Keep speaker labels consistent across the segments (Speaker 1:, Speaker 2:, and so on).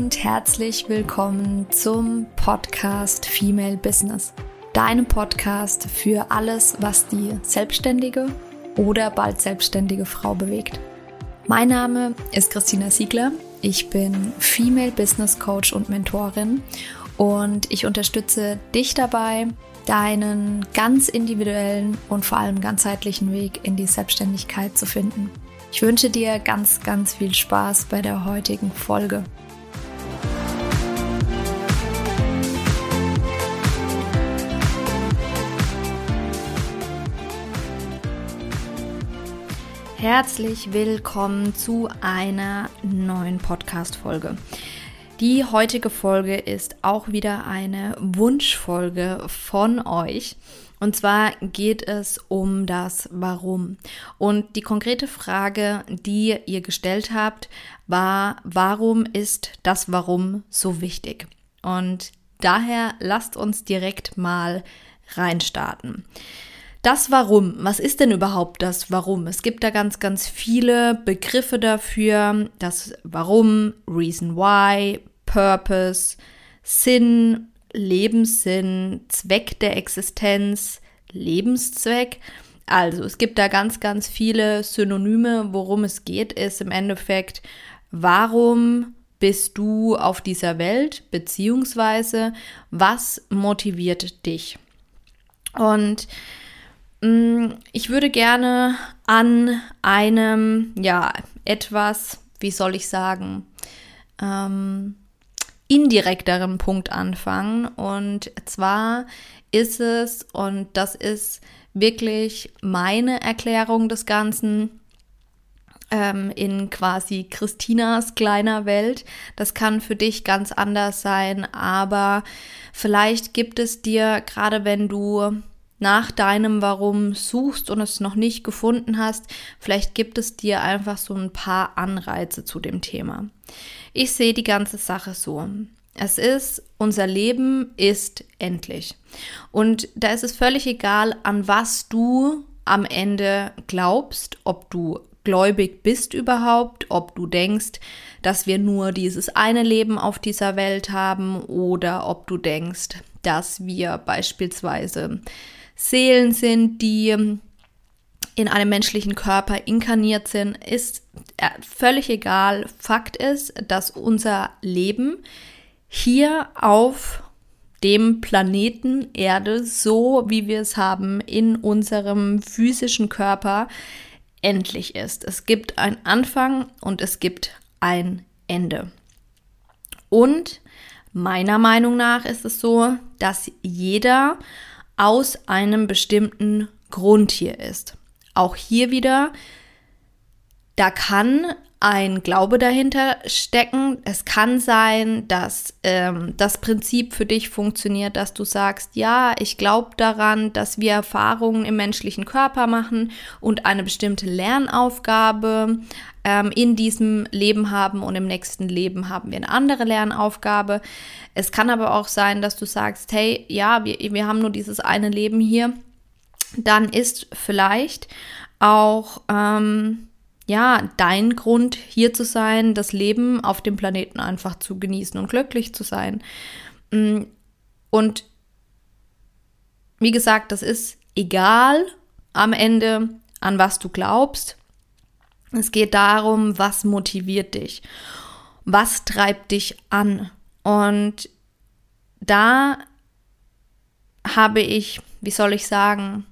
Speaker 1: und herzlich willkommen zum Podcast Female Business. Deinem Podcast für alles, was die selbstständige oder bald selbstständige Frau bewegt. Mein Name ist Christina Siegler. Ich bin Female Business Coach und Mentorin und ich unterstütze dich dabei, deinen ganz individuellen und vor allem ganzheitlichen Weg in die Selbstständigkeit zu finden. Ich wünsche dir ganz, ganz viel Spaß bei der heutigen Folge. Herzlich willkommen zu einer neuen Podcast-Folge. Die heutige Folge ist auch wieder eine Wunschfolge von euch. Und zwar geht es um das Warum. Und die konkrete Frage, die ihr gestellt habt, war, warum ist das Warum so wichtig? Und daher lasst uns direkt mal reinstarten. Das Warum, was ist denn überhaupt das Warum? Es gibt da ganz, ganz viele Begriffe dafür. Das Warum, Reason Why, Purpose, Sinn, Lebenssinn, Zweck der Existenz, Lebenszweck. Also es gibt da ganz, ganz viele Synonyme. Worum es geht, ist im Endeffekt, warum bist du auf dieser Welt, beziehungsweise was motiviert dich? Und ich würde gerne an einem, etwas, wie soll ich sagen, indirekteren Punkt anfangen. Und zwar ist es, und das ist wirklich meine Erklärung des Ganzen, in quasi Christinas kleiner Welt. Das kann für dich ganz anders sein, aber vielleicht gibt es dir, gerade wenn du nach deinem Warum suchst und es noch nicht gefunden hast, vielleicht gibt es dir einfach so ein paar Anreize zu dem Thema. Ich sehe die ganze Sache so. Unser Leben ist endlich. Und da ist es völlig egal, an was du am Ende glaubst, ob du gläubig bist überhaupt, ob du denkst, dass wir nur dieses eine Leben auf dieser Welt haben oder ob du denkst, dass wir beispielsweise Seelen sind, die in einem menschlichen Körper inkarniert sind, ist völlig egal. Fakt ist, dass unser Leben hier auf dem Planeten Erde, so wie wir es haben, in unserem physischen Körper, endlich ist. Es gibt einen Anfang und es gibt ein Ende. Und meiner Meinung nach ist es so, dass jeder aus einem bestimmten Grund hier ist. Auch hier wieder, da kann ein Glaube dahinter stecken. Es kann sein, dass das Prinzip für dich funktioniert, dass du sagst, ja, ich glaube daran, dass wir Erfahrungen im menschlichen Körper machen und eine bestimmte Lernaufgabe in diesem Leben haben und im nächsten Leben haben wir eine andere Lernaufgabe. Es kann aber auch sein, dass du sagst, hey, ja, wir haben nur dieses eine Leben hier. Dann ist vielleicht auch dein Grund hier zu sein, das Leben auf dem Planeten einfach zu genießen und glücklich zu sein. Und wie gesagt, das ist egal am Ende, an was du glaubst. Es geht darum, was motiviert dich, was treibt dich an. Und da habe ich, wie soll ich sagen,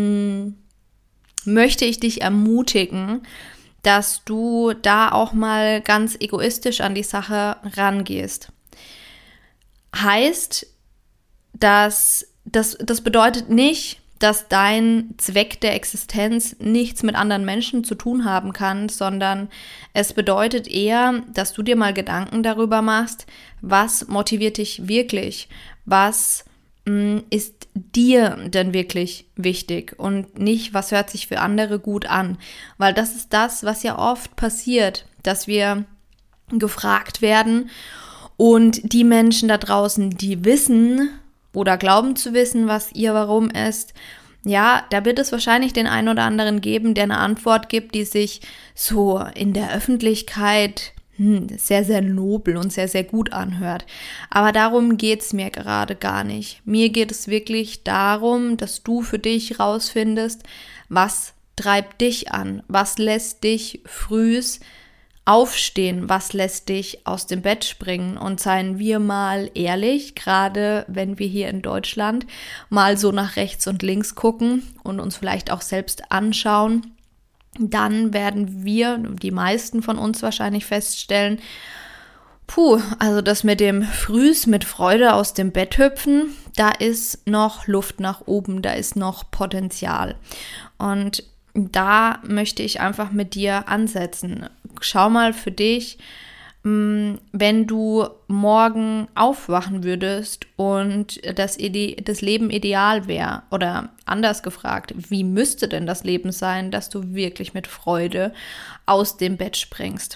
Speaker 1: möchte ich dich ermutigen, dass du da auch mal ganz egoistisch an die Sache rangehst. Heißt, das bedeutet nicht, dass dein Zweck der Existenz nichts mit anderen Menschen zu tun haben kann, sondern es bedeutet eher, dass du dir mal Gedanken darüber machst, was motiviert dich wirklich, was ist dir denn wirklich wichtig und nicht, was hört sich für andere gut an, weil das ist das, was ja oft passiert, dass wir gefragt werden und die Menschen da draußen, die wissen oder glauben zu wissen, was ihr Warum ist, ja, da wird es wahrscheinlich den einen oder anderen geben, der eine Antwort gibt, die sich so in der Öffentlichkeit sehr, sehr nobel und sehr, sehr gut anhört. Aber darum geht es mir gerade gar nicht. Mir geht es wirklich darum, dass du für dich rausfindest, was treibt dich an, was lässt dich frühs aufstehen, was lässt dich aus dem Bett springen. Und seien wir mal ehrlich, gerade wenn wir hier in Deutschland mal so nach rechts und links gucken und uns vielleicht auch selbst anschauen, dann werden wir, die meisten von uns wahrscheinlich feststellen, also das mit dem frühs mit Freude aus dem Bett hüpfen, da ist noch Luft nach oben, da ist noch Potenzial. Und da möchte ich einfach mit dir ansetzen. Schau mal für dich, wenn du morgen aufwachen würdest und das Leben ideal wäre, oder anders gefragt, wie müsste denn das Leben sein, dass du wirklich mit Freude aus dem Bett springst?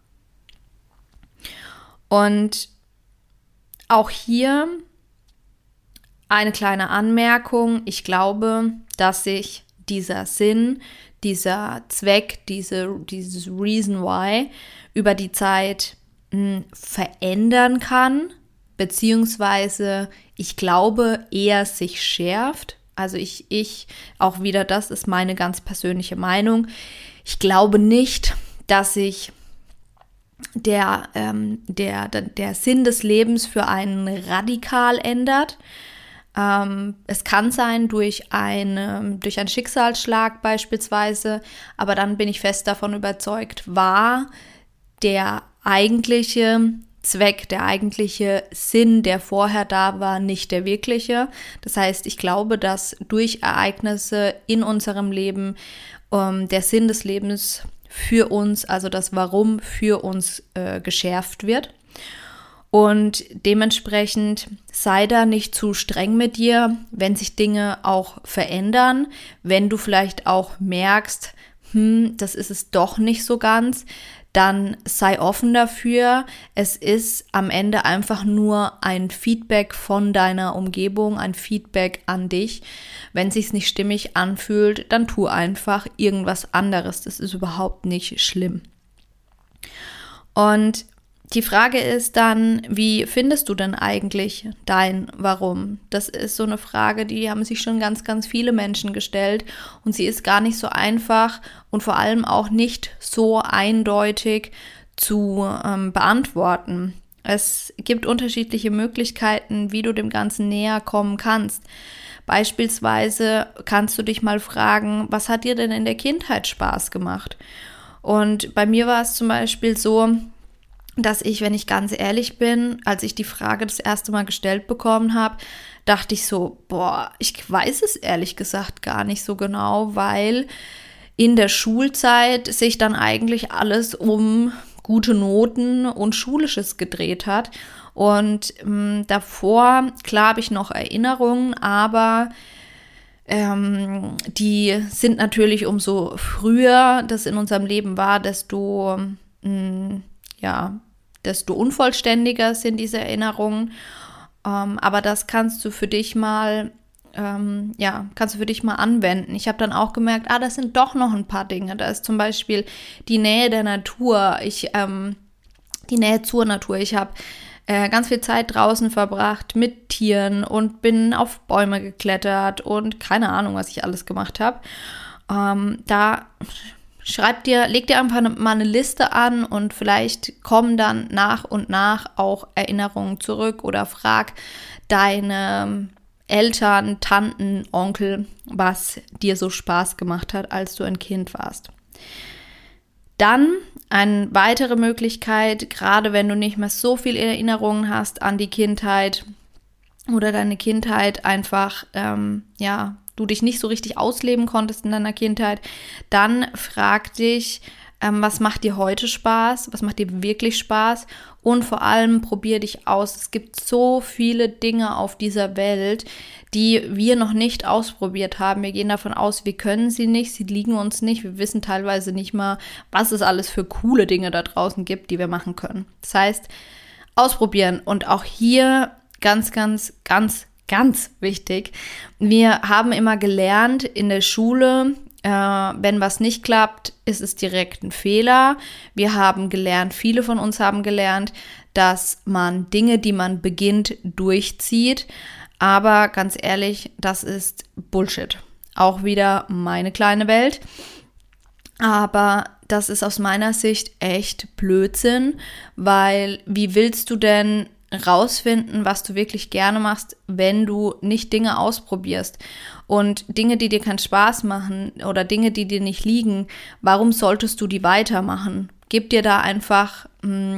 Speaker 1: Und auch hier eine kleine Anmerkung. Ich glaube, dass sich dieser Sinn, dieser Zweck, dieses Reason Why über die Zeit verändern kann, beziehungsweise ich glaube eher sich schärft. Also ich auch wieder, das ist meine ganz persönliche Meinung. Ich glaube nicht, dass sich der Sinn des Lebens für einen radikal ändert. Es kann sein durch einen Schicksalsschlag beispielsweise, aber dann bin ich fest davon überzeugt, war der eigentliche Zweck, der eigentliche Sinn, der vorher da war, nicht der wirkliche. Das heißt, ich glaube, dass durch Ereignisse in unserem Leben der Sinn des Lebens für uns, also das Warum für uns geschärft wird. Und dementsprechend sei da nicht zu streng mit dir, wenn sich Dinge auch verändern, wenn du vielleicht auch merkst, das ist es doch nicht so ganz, dann sei offen dafür. Es ist am Ende einfach nur ein Feedback von deiner Umgebung, ein Feedback an dich. Wenn es sich nicht stimmig anfühlt, dann tu einfach irgendwas anderes. Das ist überhaupt nicht schlimm. Und die Frage ist dann, wie findest du denn eigentlich dein Warum? Das ist so eine Frage, die haben sich schon ganz, ganz viele Menschen gestellt und sie ist gar nicht so einfach und vor allem auch nicht so eindeutig zu beantworten. Es gibt unterschiedliche Möglichkeiten, wie du dem Ganzen näher kommen kannst. Beispielsweise kannst du dich mal fragen, was hat dir denn in der Kindheit Spaß gemacht? Und bei mir war es zum Beispiel so, dass ich, wenn ich ganz ehrlich bin, als ich die Frage das erste Mal gestellt bekommen habe, dachte ich so, ich weiß es ehrlich gesagt gar nicht so genau, weil in der Schulzeit sich dann eigentlich alles um gute Noten und Schulisches gedreht hat. Und davor, klar habe ich noch Erinnerungen, aber die sind natürlich umso früher das in unserem Leben war, desto unvollständiger sind diese Erinnerungen. Aber das kannst du für dich mal anwenden. Ich habe dann auch gemerkt, das sind doch noch ein paar Dinge. Da ist zum Beispiel die Nähe der Natur, die Nähe zur Natur. Ich habe ganz viel Zeit draußen verbracht mit Tieren und bin auf Bäume geklettert und keine Ahnung, was ich alles gemacht habe. Leg dir einfach mal eine Liste an und vielleicht kommen dann nach und nach auch Erinnerungen zurück oder frag deine Eltern, Tanten, Onkel, was dir so Spaß gemacht hat, als du ein Kind warst. Dann eine weitere Möglichkeit, gerade wenn du nicht mehr so viel Erinnerungen hast an die Kindheit oder deine Kindheit einfach, du dich nicht so richtig ausleben konntest in deiner Kindheit, dann frag dich, was macht dir heute Spaß, was macht dir wirklich Spaß und vor allem probier dich aus. Es gibt so viele Dinge auf dieser Welt, die wir noch nicht ausprobiert haben. Wir gehen davon aus, wir können sie nicht, sie liegen uns nicht. Wir wissen teilweise nicht mal, was es alles für coole Dinge da draußen gibt, die wir machen können. Das heißt, ausprobieren und auch hier ganz, ganz, ganz, ganz wichtig. Wir haben immer gelernt in der Schule, Wenn was nicht klappt, ist es direkt ein Fehler. Wir haben gelernt, viele von uns haben gelernt, dass man Dinge, die man beginnt, durchzieht. Aber ganz ehrlich, das ist Bullshit. Auch wieder meine kleine Welt. Aber das ist aus meiner Sicht echt Blödsinn, weil wie willst du denn rausfinden, was du wirklich gerne machst, wenn du nicht Dinge ausprobierst? Und Dinge, die dir keinen Spaß machen oder Dinge, die dir nicht liegen, warum solltest du die weitermachen? Gib dir da einfach,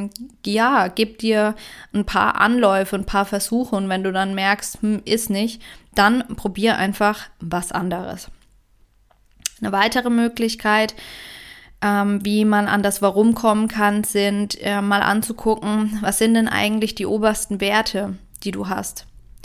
Speaker 1: gib dir ein paar Anläufe, ein paar Versuche und wenn du dann merkst, ist nicht, dann probier einfach was anderes. Eine weitere Möglichkeit, wie man an das Warum kommen kann, sind mal anzugucken, was sind denn eigentlich die obersten Werte, die du hast.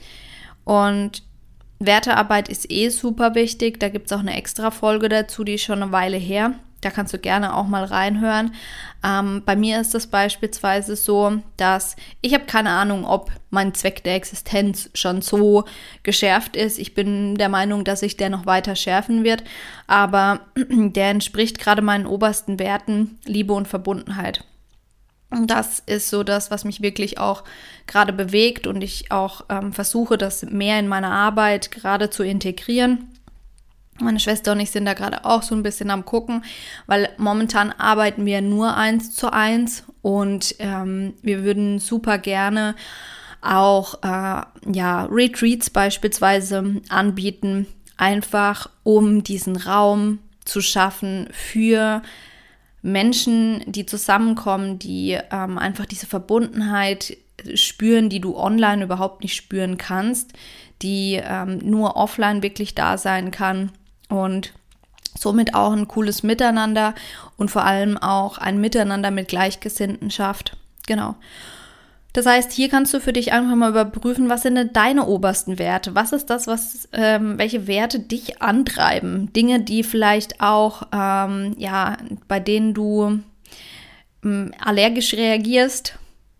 Speaker 1: Und Wertearbeit ist super wichtig, da gibt es auch eine extra Folge dazu, die ist schon eine Weile her. Da kannst du gerne auch mal reinhören. Bei mir ist das beispielsweise so, dass ich habe keine Ahnung, ob mein Zweck der Existenz schon so geschärft ist. Ich bin der Meinung, dass sich der noch weiter schärfen wird. Aber der entspricht gerade meinen obersten Werten, Liebe und Verbundenheit. Und das ist so das, was mich wirklich auch gerade bewegt und ich auch versuche, das mehr in meiner Arbeit gerade zu integrieren. Meine Schwester und ich sind da gerade auch so ein bisschen am Gucken, weil momentan arbeiten wir nur 1:1 und wir würden super gerne auch Retreats beispielsweise anbieten, einfach um diesen Raum zu schaffen für Menschen, die zusammenkommen, die einfach diese Verbundenheit spüren, die du online überhaupt nicht spüren kannst, die nur offline wirklich da sein kann. Und somit auch ein cooles Miteinander und vor allem auch ein Miteinander mit Gleichgesinnten schafft. Genau. Das heißt, hier kannst du für dich einfach mal überprüfen, was sind denn deine obersten Werte? Was ist das, welche Werte dich antreiben? Dinge, die vielleicht auch, bei denen du allergisch reagierst,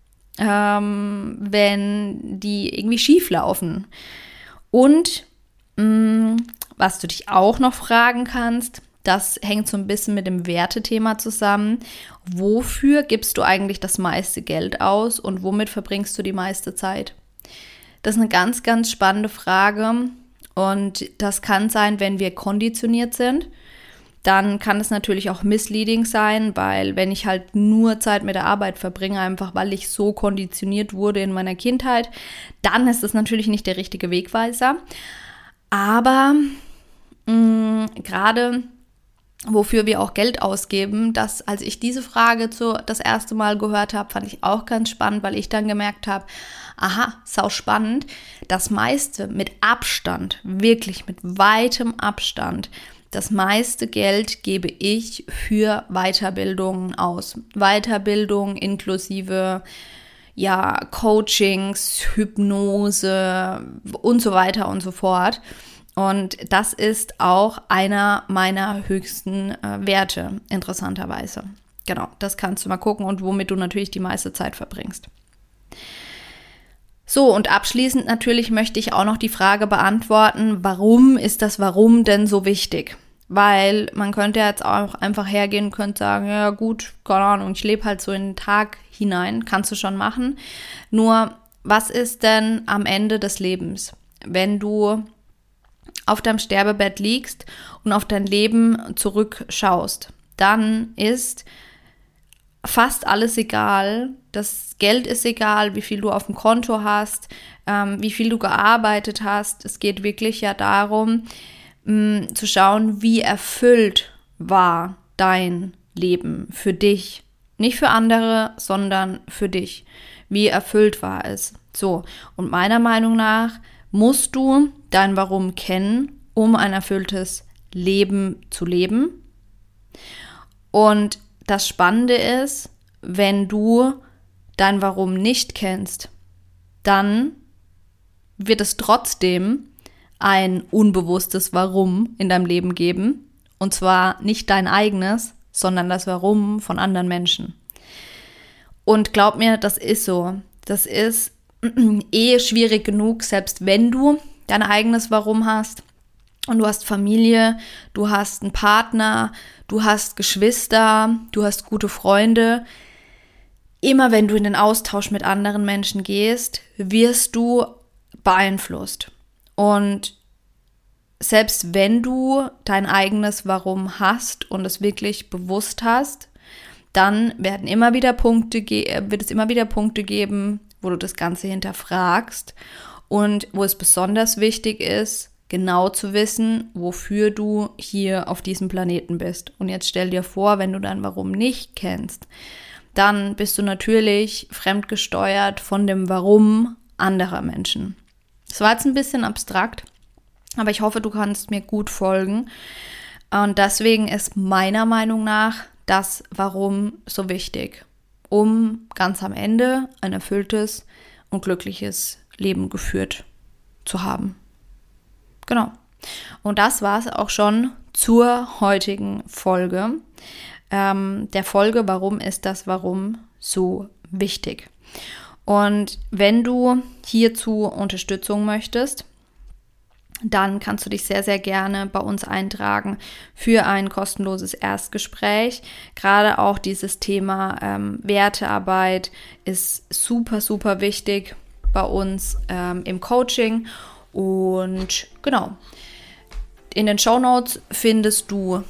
Speaker 1: wenn die irgendwie schief laufen. Und was du dich auch noch fragen kannst, das hängt so ein bisschen mit dem Wertethema zusammen. Wofür gibst du eigentlich das meiste Geld aus und womit verbringst du die meiste Zeit? Das ist eine ganz, ganz spannende Frage und das kann sein, wenn wir konditioniert sind. Dann kann es natürlich auch misleading sein, weil wenn ich halt nur Zeit mit der Arbeit verbringe, einfach weil ich so konditioniert wurde in meiner Kindheit, dann ist das natürlich nicht der richtige Wegweiser. Aber gerade wofür wir auch Geld ausgeben, als ich diese Frage das erste Mal gehört habe, fand ich auch ganz spannend, weil ich dann gemerkt habe, aha, sau spannend, das meiste mit Abstand, wirklich mit weitem Abstand, das meiste Geld gebe ich für Weiterbildungen aus. Weiterbildung inklusive Coachings, Hypnose und so weiter und so fort. Und das ist auch einer meiner höchsten Werte, interessanterweise. Genau, das kannst du mal gucken und womit du natürlich die meiste Zeit verbringst. So, und abschließend natürlich möchte ich auch noch die Frage beantworten, warum ist das Warum denn so wichtig? Weil man könnte jetzt auch einfach hergehen und könnte sagen, ja gut, keine Ahnung, ich lebe halt so in den Tag hinein, kannst du schon machen. Nur, was ist denn am Ende des Lebens, wenn du auf deinem Sterbebett liegst und auf dein Leben zurückschaust? Dann ist fast alles egal. Das Geld ist egal, wie viel du auf dem Konto hast, wie viel du gearbeitet hast. Es geht wirklich ja darum, zu schauen, wie erfüllt war dein Leben für dich. Nicht für andere, sondern für dich. Wie erfüllt war es? So, und meiner Meinung nach musst du dein Warum kennen, um ein erfülltes Leben zu leben. Und das Spannende ist, wenn du dein Warum nicht kennst, dann wird es trotzdem ein unbewusstes Warum in deinem Leben geben. Und zwar nicht dein eigenes, sondern das Warum von anderen Menschen. Und glaub mir, das ist so. Das ist schwierig genug, selbst wenn du dein eigenes Warum hast. und du hast Familie, du hast einen Partner, du hast Geschwister, du hast gute Freunde. Immer wenn du in den Austausch mit anderen Menschen gehst, wirst du beeinflusst. Und selbst wenn du dein eigenes Warum hast und es wirklich bewusst hast, dann wird es immer wieder Punkte geben, wo du das Ganze hinterfragst und wo es besonders wichtig ist, genau zu wissen, wofür du hier auf diesem Planeten bist. Und jetzt stell dir vor, wenn du dein Warum nicht kennst, dann bist du natürlich fremdgesteuert von dem Warum anderer Menschen. Das war jetzt ein bisschen abstrakt, aber ich hoffe, du kannst mir gut folgen. Und deswegen ist meiner Meinung nach das Warum so wichtig, um ganz am Ende ein erfülltes und glückliches Leben geführt zu haben. Genau. Und das war es auch schon zur heutigen Folge. Der Folge, warum ist das Warum so wichtig? Und wenn du hierzu Unterstützung möchtest, dann kannst du dich sehr, sehr gerne bei uns eintragen für ein kostenloses Erstgespräch. Gerade auch dieses Thema Wertearbeit ist super, super wichtig bei uns im Coaching. Und genau, in den Shownotes findest du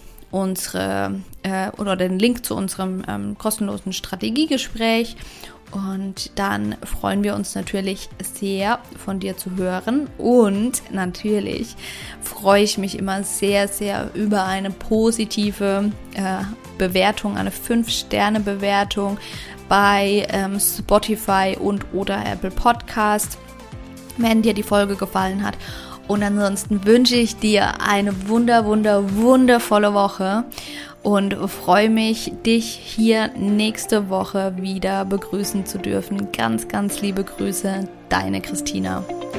Speaker 1: oder den Link zu unserem kostenlosen Strategiegespräch. Und dann freuen wir uns natürlich sehr, von dir zu hören. Und natürlich freue ich mich immer sehr, sehr über eine positive Bewertung, eine 5-Sterne-Bewertung bei Spotify und oder Apple Podcast, wenn dir die Folge gefallen hat. Und ansonsten wünsche ich dir eine wundervolle Woche und freue mich, dich hier nächste Woche wieder begrüßen zu dürfen. Ganz, ganz liebe Grüße, deine Christina.